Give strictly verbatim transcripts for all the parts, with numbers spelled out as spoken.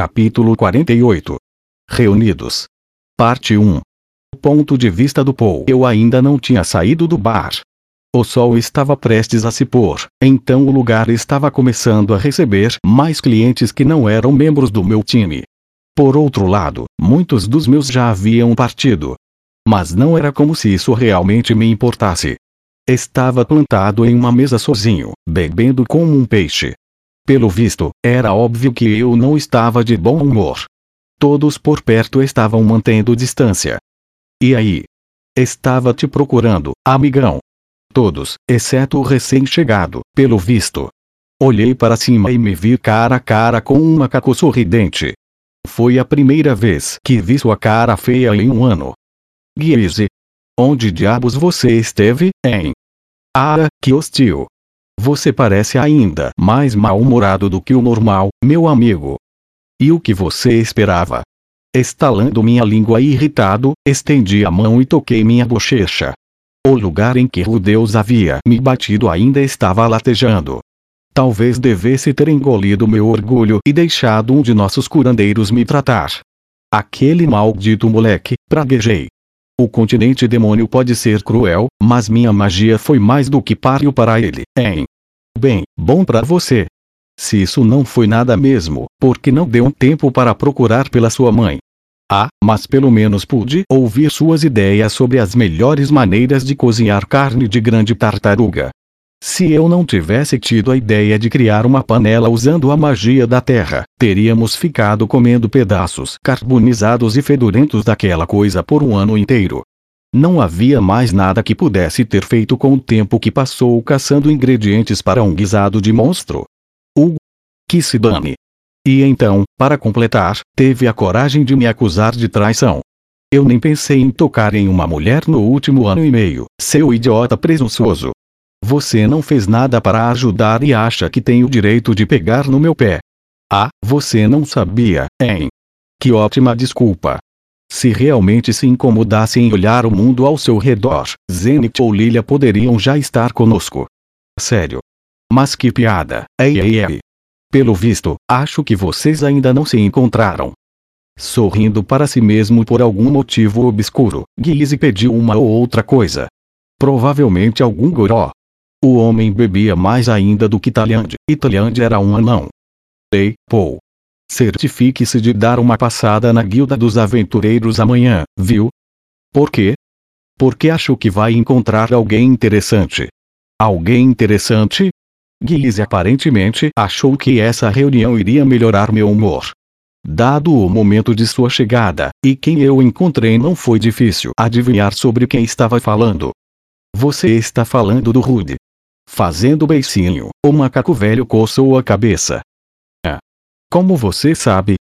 Capítulo quarenta e oito. Reunidos. Parte um. Ponto de vista do Paul. Eu ainda não tinha saído do bar. O sol estava prestes a se pôr, então o lugar estava começando a receber mais clientes que não eram membros do meu time. Por outro lado, muitos dos meus já haviam partido. Mas não era como se isso realmente me importasse. Estava plantado em uma mesa sozinho, bebendo como um peixe. Pelo visto, era óbvio que eu não estava de bom humor. Todos por perto estavam mantendo distância. E aí? Estava te procurando, amigão. Todos, exceto o recém-chegado, pelo visto. Olhei para cima e me vi cara a cara com um macaco sorridente. Foi a primeira vez que vi sua cara feia em um ano. Guise. Onde diabos você esteve, hein? Ah, que hostil. Você parece ainda mais mal-humorado do que o normal, meu amigo. E o que você esperava? Estalando minha língua irritado, estendi a mão e toquei minha bochecha. O lugar em que o Deus havia me batido ainda estava latejando. Talvez devesse ter engolido meu orgulho e deixado um de nossos curandeiros me tratar. Aquele maldito moleque, praguejei. O continente demônio pode ser cruel, mas minha magia foi mais do que páreo para ele, hein? Bem, bom pra você. Se isso não foi nada mesmo, porque não deu um tempo para procurar pela sua mãe. Ah, mas pelo menos pude ouvir suas ideias sobre as melhores maneiras de cozinhar carne de grande tartaruga. Se eu não tivesse tido a ideia de criar uma panela usando a magia da terra, teríamos ficado comendo pedaços carbonizados e fedorentos daquela coisa por um ano inteiro. Não havia mais nada que pudesse ter feito com o tempo que passou caçando ingredientes para um guisado de monstro. O que se dane. E então, para completar, teve a coragem de me acusar de traição. Eu nem pensei em tocar em uma mulher no último ano e meio, seu idiota presunçoso. Você não fez nada para ajudar e acha que tem o direito de pegar no meu pé. Ah, você não sabia, hein? Que ótima desculpa. Se realmente se incomodasse em olhar o mundo ao seu redor, Zenith ou Lilia poderiam já estar conosco. Sério. Mas que piada, ei ei ei. Pelo visto, acho que vocês ainda não se encontraram. Sorrindo para si mesmo por algum motivo obscuro, Guise pediu uma ou outra coisa. Provavelmente algum goró. O homem bebia mais ainda do que Talhand, e Talhand era um anão. Ei, Paul. Certifique-se de dar uma passada na Guilda dos Aventureiros amanhã, viu? Por quê? Porque acho que vai encontrar alguém interessante. Alguém interessante? Guise aparentemente achou que essa reunião iria melhorar meu humor. Dado o momento de sua chegada, e quem eu encontrei, não foi difícil adivinhar sobre quem estava falando. Você está falando do Rude. Fazendo beicinho, o macaco velho coçou a cabeça. Ah. Como você sabe?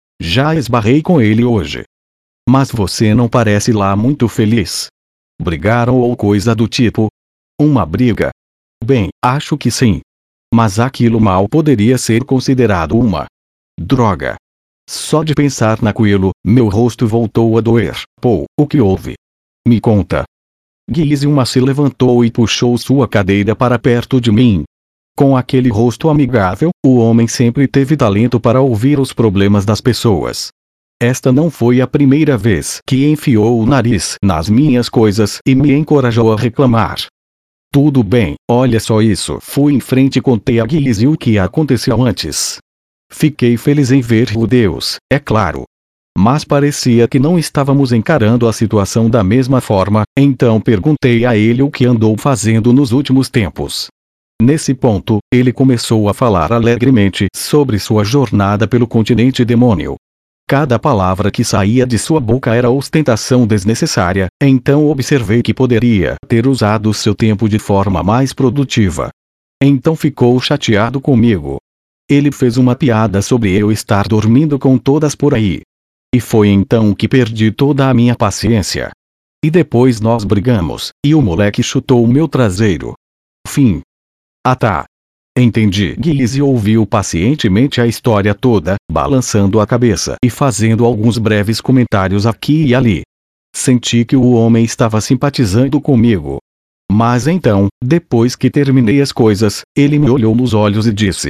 Já esbarrei com ele hoje. Mas você não parece lá muito feliz. Brigaram ou coisa do tipo? Uma briga? Bem, acho que sim. Mas aquilo mal poderia ser considerado uma droga. Só de pensar naquilo, meu rosto voltou a doer. Pô, o que houve? Me conta. Guise uma se levantou e puxou sua cadeira para perto de mim. Com aquele rosto amigável, o homem sempre teve talento para ouvir os problemas das pessoas. Esta não foi a primeira vez que enfiou o nariz nas minhas coisas e me encorajou a reclamar. Tudo bem, olha só isso. Fui em frente e contei a Guise o que aconteceu antes. Fiquei feliz em ver o Deus, é claro. Mas parecia que não estávamos encarando a situação da mesma forma, então perguntei a ele o que andou fazendo nos últimos tempos. Nesse ponto, ele começou a falar alegremente sobre sua jornada pelo continente demônio. Cada palavra que saía de sua boca era ostentação desnecessária, então observei que poderia ter usado seu tempo de forma mais produtiva. Então ficou chateado comigo. Ele fez uma piada sobre eu estar dormindo com todas por aí. E foi então que perdi toda a minha paciência. E depois nós brigamos, e o moleque chutou o meu traseiro. Fim. Ah tá. Entendi. Guise ouviu pacientemente a história toda, balançando a cabeça e fazendo alguns breves comentários aqui e ali. Senti que o homem estava simpatizando comigo. Mas então, depois que terminei as coisas, ele me olhou nos olhos e disse: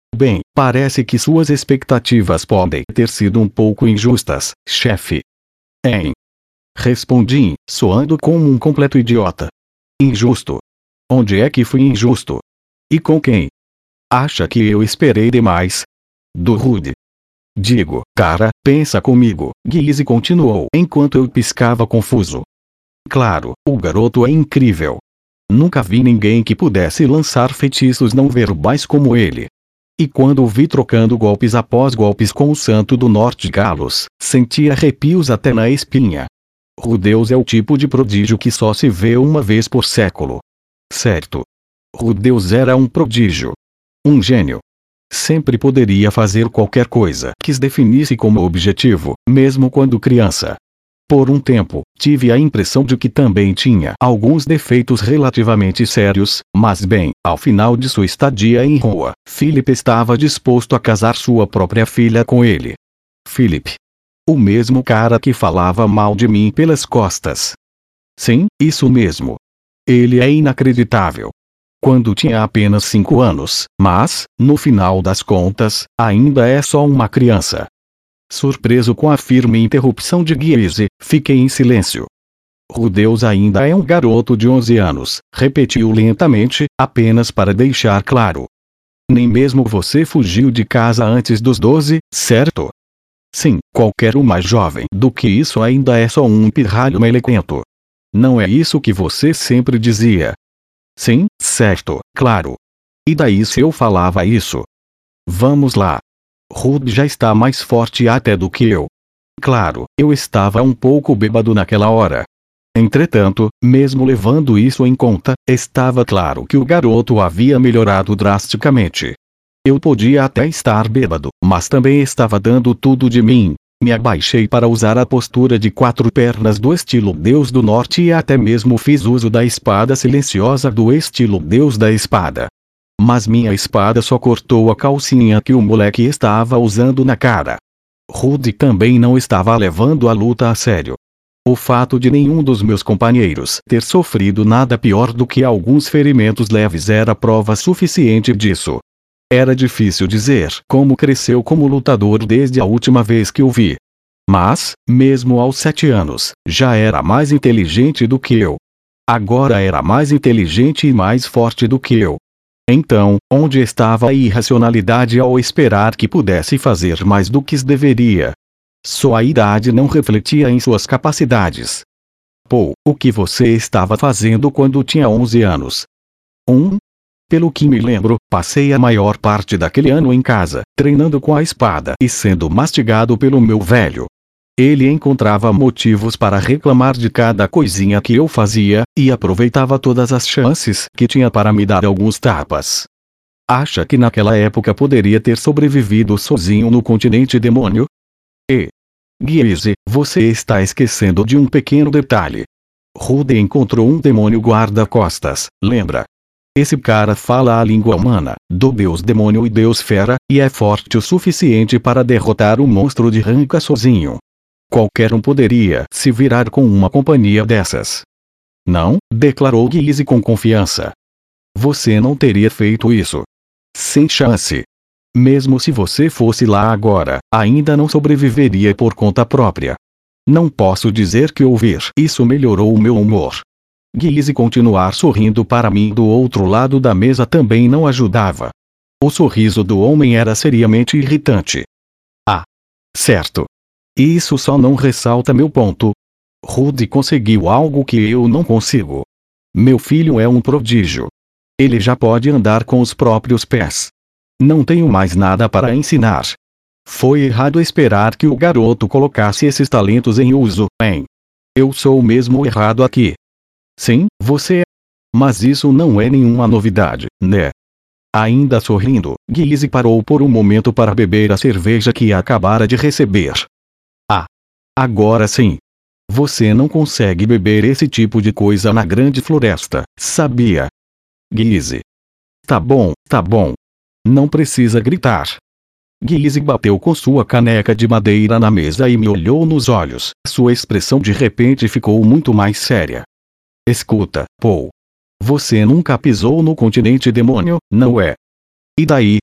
Bem, parece que suas expectativas podem ter sido um pouco injustas, chefe. Hein? Respondi, soando como um completo idiota. Injusto? Onde é que fui injusto? E com quem? Acha que eu esperei demais? Do Rude. Digo, cara, pensa comigo, Guise continuou enquanto eu piscava confuso. Claro, o garoto é incrível. Nunca vi ninguém que pudesse lançar feitiços não verbais como ele. E quando o vi trocando golpes após golpes com o Santo do Norte Galos, senti arrepios até na espinha. Rudeus é o tipo de prodígio que só se vê uma vez por século. Certo. Rudeus era um prodígio. Um gênio. Sempre poderia fazer qualquer coisa que se definisse como objetivo, mesmo quando criança. Por um tempo, tive a impressão de que também tinha alguns defeitos relativamente sérios, mas bem, ao final de sua estadia em Rua, Philip estava disposto a casar sua própria filha com ele. Philip. O mesmo cara que falava mal de mim pelas costas. Sim, isso mesmo. Ele é inacreditável. Quando tinha apenas cinco anos, mas, no final das contas, ainda é só uma criança. Surpreso com a firme interrupção de Guise, fiquei em silêncio. Rudeus ainda é um garoto de onze anos, repetiu lentamente, apenas para deixar claro. Nem mesmo você fugiu de casa antes dos doze, certo? Sim, qualquer um mais jovem do que isso ainda é só um pirralho melequento. Não é isso que você sempre dizia? Sim, certo, claro. E daí se eu falava isso? Vamos lá. Rude já está mais forte até do que eu. Claro, eu estava um pouco bêbado naquela hora. Entretanto, mesmo levando isso em conta, estava claro que o garoto havia melhorado drasticamente. Eu podia até estar bêbado, mas também estava dando tudo de mim. Me abaixei para usar a postura de quatro pernas do estilo Deus do Norte e até mesmo fiz uso da espada silenciosa do estilo Deus da Espada. Mas minha espada só cortou a calcinha que o moleque estava usando na cara. Rude também não estava levando a luta a sério. O fato de nenhum dos meus companheiros ter sofrido nada pior do que alguns ferimentos leves era prova suficiente disso. Era difícil dizer como cresceu como lutador desde a última vez que o vi. Mas, mesmo aos sete anos, já era mais inteligente do que eu. Agora era mais inteligente e mais forte do que eu. Então, onde estava a irracionalidade ao esperar que pudesse fazer mais do que deveria? Sua idade não refletia em suas capacidades. Pô, o que você estava fazendo quando tinha onze anos? Um? Pelo que me lembro, passei a maior parte daquele ano em casa, treinando com a espada e sendo mastigado pelo meu velho. Ele encontrava motivos para reclamar de cada coisinha que eu fazia, e aproveitava todas as chances que tinha para me dar alguns tapas. Acha que naquela época poderia ter sobrevivido sozinho no continente demônio? E, Guise, você está esquecendo de um pequeno detalhe. Rude encontrou um demônio guarda-costas, lembra? Esse cara fala a língua humana, do deus demônio e deus fera, e é forte o suficiente para derrotar um monstro de ranca sozinho. Qualquer um poderia se virar com uma companhia dessas. Não, declarou Guise com confiança. Você não teria feito isso. Sem chance. Mesmo se você fosse lá agora, ainda não sobreviveria por conta própria. Não posso dizer que ouvir isso melhorou o meu humor. Guise continuar sorrindo para mim do outro lado da mesa também não ajudava. O sorriso do homem era seriamente irritante. Ah. Certo. Isso só não ressalta meu ponto. Rude conseguiu algo que eu não consigo. Meu filho é um prodígio. Ele já pode andar com os próprios pés. Não tenho mais nada para ensinar. Foi errado esperar que o garoto colocasse esses talentos em uso, hein? Eu sou mesmo errado aqui. Sim, você é. Mas isso não é nenhuma novidade, né? Ainda sorrindo, Guise parou por um momento para beber a cerveja que acabara de receber. Ah. Agora sim. Você não consegue beber esse tipo de coisa na grande floresta, sabia? Guise. Tá bom, tá bom. Não precisa gritar. Guise bateu com sua caneca de madeira na mesa e me olhou nos olhos. Sua expressão de repente ficou muito mais séria. Escuta, Paul. Você nunca pisou no continente demônio, não é? E daí?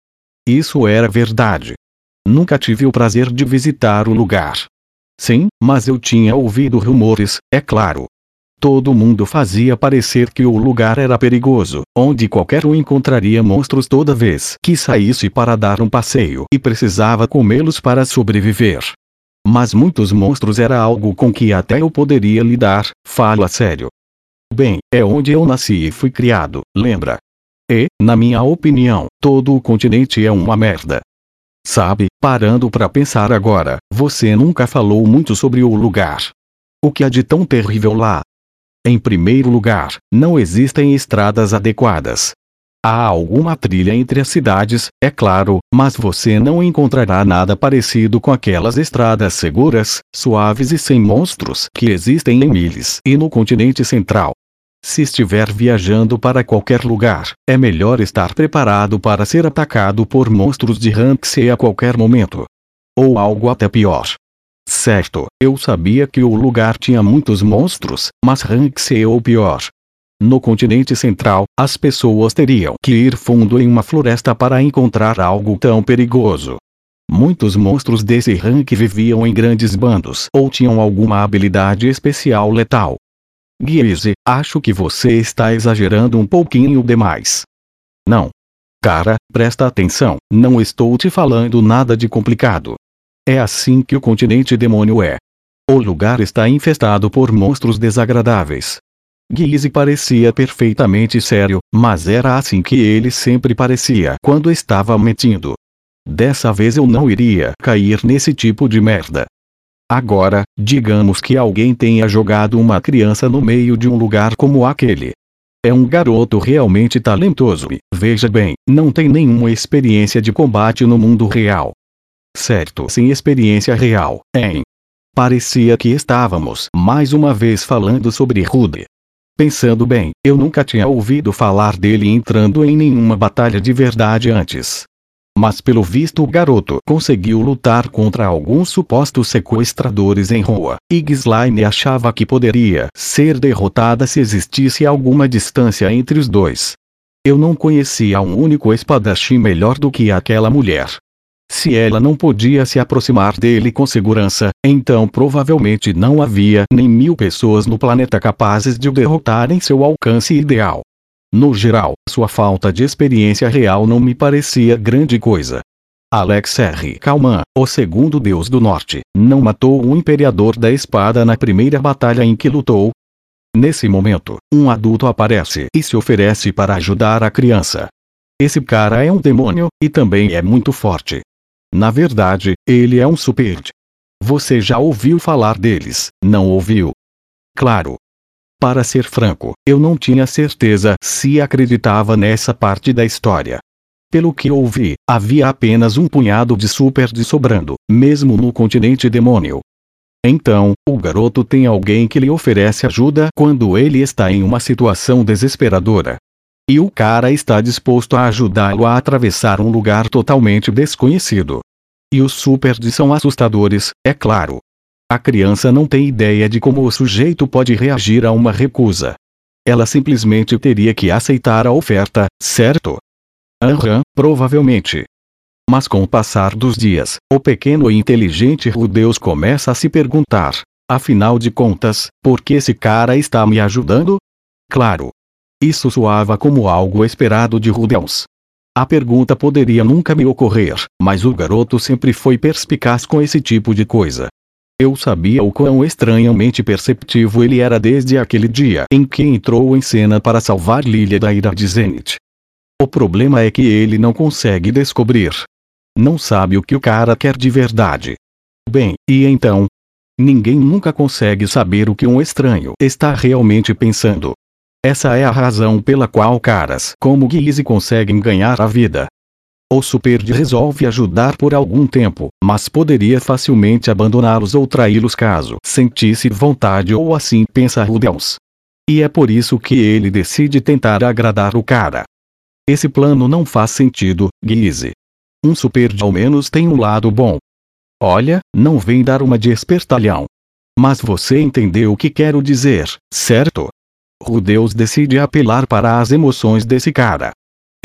Isso era verdade. Nunca tive o prazer de visitar o lugar. Sim, mas eu tinha ouvido rumores, é claro. Todo mundo fazia parecer que o lugar era perigoso, onde qualquer um encontraria monstros toda vez que saísse para dar um passeio e precisava comê-los para sobreviver. Mas muitos monstros era algo com que até eu poderia lidar, falo a sério. Bem, é onde eu nasci e fui criado, lembra? E, na minha opinião, todo o continente é uma merda. Sabe, parando pra pensar agora, você nunca falou muito sobre o lugar. O que há de tão terrível lá? Em primeiro lugar, não existem estradas adequadas. Há alguma trilha entre as cidades, é claro, mas você não encontrará nada parecido com aquelas estradas seguras, suaves e sem monstros que existem em Miles e no continente central. Se estiver viajando para qualquer lugar, é melhor estar preparado para ser atacado por monstros de Ranxie a qualquer momento. Ou algo até pior. Certo, eu sabia que o lugar tinha muitos monstros, mas Ranxie ou pior. No continente central, as pessoas teriam que ir fundo em uma floresta para encontrar algo tão perigoso. Muitos monstros desse rank viviam em grandes bandos ou tinham alguma habilidade especial letal. Guise, acho que você está exagerando um pouquinho demais. Não. Cara, presta atenção, não estou te falando nada de complicado. É assim que o continente demônio é. O lugar está infestado por monstros desagradáveis. Guise parecia perfeitamente sério, mas era assim que ele sempre parecia quando estava mentindo. Dessa vez eu não iria cair nesse tipo de merda. Agora, digamos que alguém tenha jogado uma criança no meio de um lugar como aquele. É um garoto realmente talentoso e, veja bem, não tem nenhuma experiência de combate no mundo real. Certo, sem experiência real, hein? Parecia que estávamos mais uma vez falando sobre Rude. Pensando bem, eu nunca tinha ouvido falar dele entrando em nenhuma batalha de verdade antes. Mas pelo visto o garoto conseguiu lutar contra alguns supostos sequestradores em Rua, e Ghislaine achava que poderia ser derrotada se existisse alguma distância entre os dois. Eu não conhecia um único espadachim melhor do que aquela mulher. Se ela não podia se aproximar dele com segurança, então provavelmente não havia nem mil pessoas no planeta capazes de o derrotar em seu alcance ideal. No geral, sua falta de experiência real não me parecia grande coisa. Alex R. Kalman, o segundo deus do norte, não matou o imperador da espada na primeira batalha em que lutou? Nesse momento, um adulto aparece e se oferece para ajudar a criança. Esse cara é um demônio, e também é muito forte. Na verdade, ele é um super. Você já ouviu falar deles, não ouviu? Claro. Para ser franco, eu não tinha certeza se acreditava nessa parte da história. Pelo que ouvi, havia apenas um punhado de super de sobrando, mesmo no continente demônio. Então, o garoto tem alguém que lhe oferece ajuda quando ele está em uma situação desesperadora. E o cara está disposto a ajudá-lo a atravessar um lugar totalmente desconhecido. E os supers são assustadores, é claro. A criança não tem ideia de como o sujeito pode reagir a uma recusa. Ela simplesmente teria que aceitar a oferta, certo? Aham, provavelmente. Mas com o passar dos dias, o pequeno e inteligente Rudeus começa a se perguntar, afinal de contas, por que esse cara está me ajudando? Claro. Isso soava como algo esperado de Rudeus. A pergunta poderia nunca me ocorrer, mas o garoto sempre foi perspicaz com esse tipo de coisa. Eu sabia o quão estranhamente perceptivo ele era desde aquele dia em que entrou em cena para salvar Lilia da ira de Zenith. O problema é que ele não consegue descobrir. Não sabe o que o cara quer de verdade. Bem, e então? Ninguém nunca consegue saber o que um estranho está realmente pensando. Essa é a razão pela qual caras como Guise conseguem ganhar a vida. O Super resolve ajudar por algum tempo, mas poderia facilmente abandoná-los ou traí-los caso sentisse vontade ou assim pensa Rudeus. E é por isso que ele decide tentar agradar o cara. Esse plano não faz sentido, Guise. Um Super ao menos tem um lado bom. Olha, não vem dar uma de espertalhão. Mas você entendeu o que quero dizer, certo? Rudeus decide apelar para as emoções desse cara.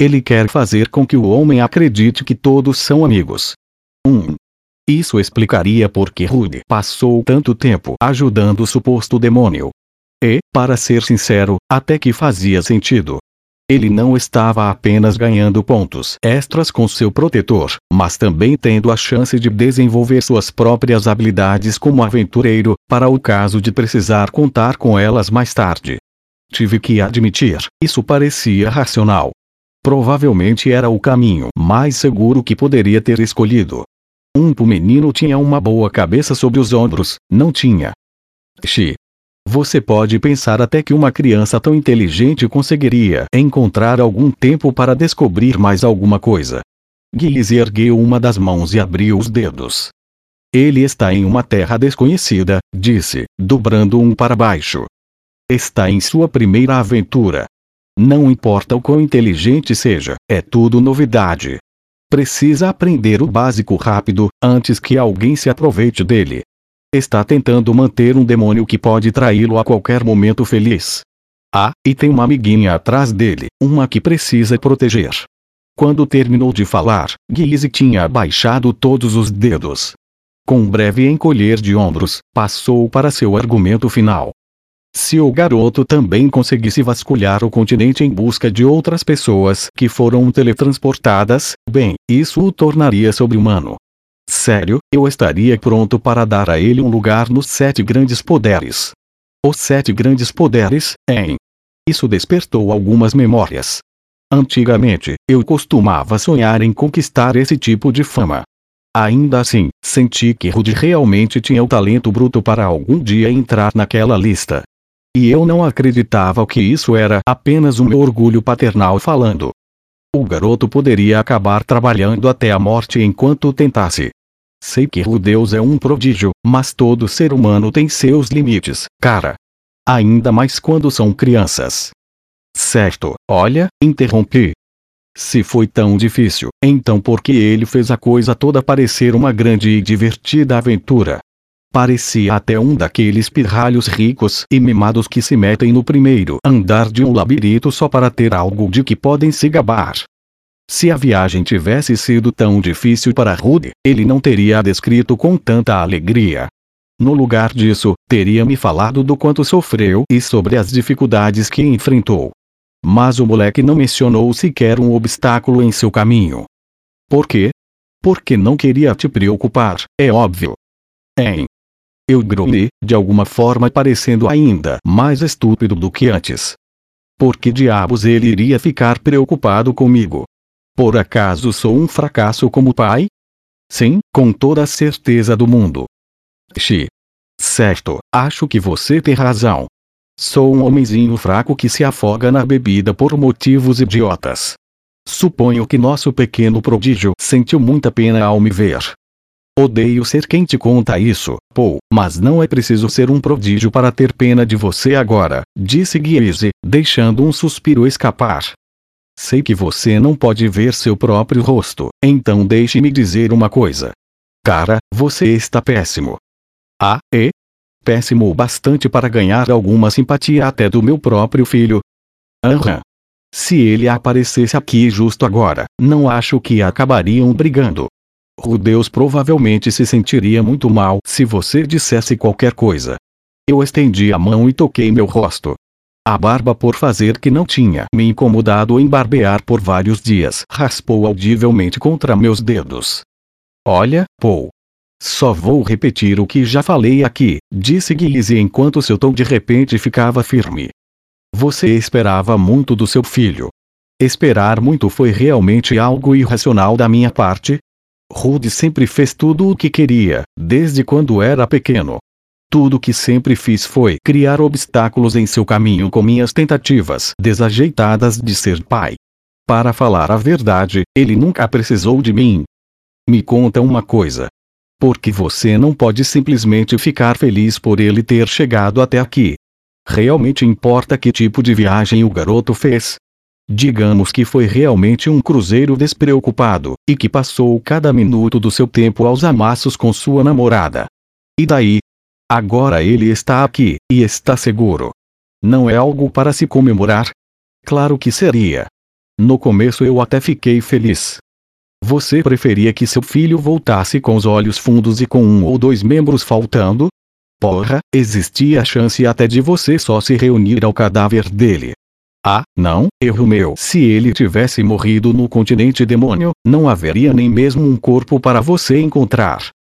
Ele quer fazer com que o homem acredite que todos são amigos. um. Isso explicaria por que Rude passou tanto tempo ajudando o suposto demônio. E, para ser sincero, até que fazia sentido. Ele não estava apenas ganhando pontos extras com seu protetor, mas também tendo a chance de desenvolver suas próprias habilidades como aventureiro, para o caso de precisar contar com elas mais tarde. Tive que admitir, isso parecia racional. Provavelmente era o caminho mais seguro que poderia ter escolhido. Um menino tinha uma boa cabeça sobre os ombros, não tinha. Xi. Você pode pensar até que uma criança tão inteligente conseguiria encontrar algum tempo para descobrir mais alguma coisa. Guise ergueu uma das mãos e abriu os dedos. Ele está em uma terra desconhecida, disse, dobrando um para baixo. Está em sua primeira aventura. Não importa o quão inteligente seja, é tudo novidade. Precisa aprender o básico rápido, antes que alguém se aproveite dele. Está tentando manter um demônio que pode traí-lo a qualquer momento feliz. Ah, e tem uma amiguinha atrás dele, uma que precisa proteger. Quando terminou de falar, Guise tinha abaixado todos os dedos. Com um breve encolher de ombros, passou para seu argumento final. Se o garoto também conseguisse vasculhar o continente em busca de outras pessoas que foram teletransportadas, bem, isso o tornaria sobre-humano. Sério, eu estaria pronto para dar a ele um lugar nos sete grandes poderes. Os sete grandes poderes, hein? Isso despertou algumas memórias. Antigamente, eu costumava sonhar em conquistar esse tipo de fama. Ainda assim, senti que Rude realmente tinha o talento bruto para algum dia entrar naquela lista. E eu não acreditava que isso era apenas um meu orgulho paternal falando. O garoto poderia acabar trabalhando até a morte enquanto tentasse. Sei que Rudeus é um prodígio, mas todo ser humano tem seus limites, cara. Ainda mais quando são crianças. Certo, olha, interrompi. Se foi tão difícil, então por que ele fez a coisa toda parecer uma grande e divertida aventura? Parecia até um daqueles pirralhos ricos e mimados que se metem no primeiro andar de um labirinto só para ter algo de que podem se gabar. Se a viagem tivesse sido tão difícil para Rude, ele não teria a descrito com tanta alegria. No lugar disso, teria me falado do quanto sofreu e sobre as dificuldades que enfrentou. Mas o moleque não mencionou sequer um obstáculo em seu caminho. Por quê? Porque não queria te preocupar, é óbvio. Hein? Eu grunhi, de alguma forma parecendo ainda mais estúpido do que antes. Por que diabos ele iria ficar preocupado comigo? Por acaso sou um fracasso como pai? Sim, com toda a certeza do mundo. Xi. Certo, acho que você tem razão. Sou um homenzinho fraco que se afoga na bebida por motivos idiotas. Suponho que nosso pequeno prodígio sentiu muita pena ao me ver. Odeio ser quem te conta isso, Paul, mas não é preciso ser um prodígio para ter pena de você agora, disse Guise, deixando um suspiro escapar. Sei que você não pode ver seu próprio rosto, então deixe-me dizer uma coisa. Cara, você está péssimo. Ah, e? Péssimo o bastante para ganhar alguma simpatia até do meu próprio filho. Aham. Se ele aparecesse aqui justo agora, não acho que acabariam brigando. Rudeus provavelmente se sentiria muito mal se você dissesse qualquer coisa. Eu estendi a mão e toquei meu rosto. A barba por fazer que não tinha me incomodado em barbear por vários dias raspou audivelmente contra meus dedos. Olha, Paul. Só vou repetir o que já falei aqui, disse Guise enquanto seu tom de repente ficava firme. Você esperava muito do seu filho. Esperar muito foi realmente algo irracional da minha parte? Rude sempre fez tudo o que queria, desde quando era pequeno. Tudo que sempre fiz foi criar obstáculos em seu caminho com minhas tentativas desajeitadas de ser pai. Para falar a verdade, ele nunca precisou de mim. Me conta uma coisa. Por que você não pode simplesmente ficar feliz por ele ter chegado até aqui? Realmente importa que tipo de viagem o garoto fez? Digamos que foi realmente um cruzeiro despreocupado, e que passou cada minuto do seu tempo aos amassos com sua namorada. E daí? Agora ele está aqui, e está seguro. Não é algo para se comemorar? Claro que seria. No começo eu até fiquei feliz. Você preferia que seu filho voltasse com os olhos fundos e com um ou dois membros faltando? Porra, existia a chance até de você só se reunir ao cadáver dele. Ah, não, erro meu. Se ele tivesse morrido no continente demônio, não haveria nem mesmo um corpo para você encontrar.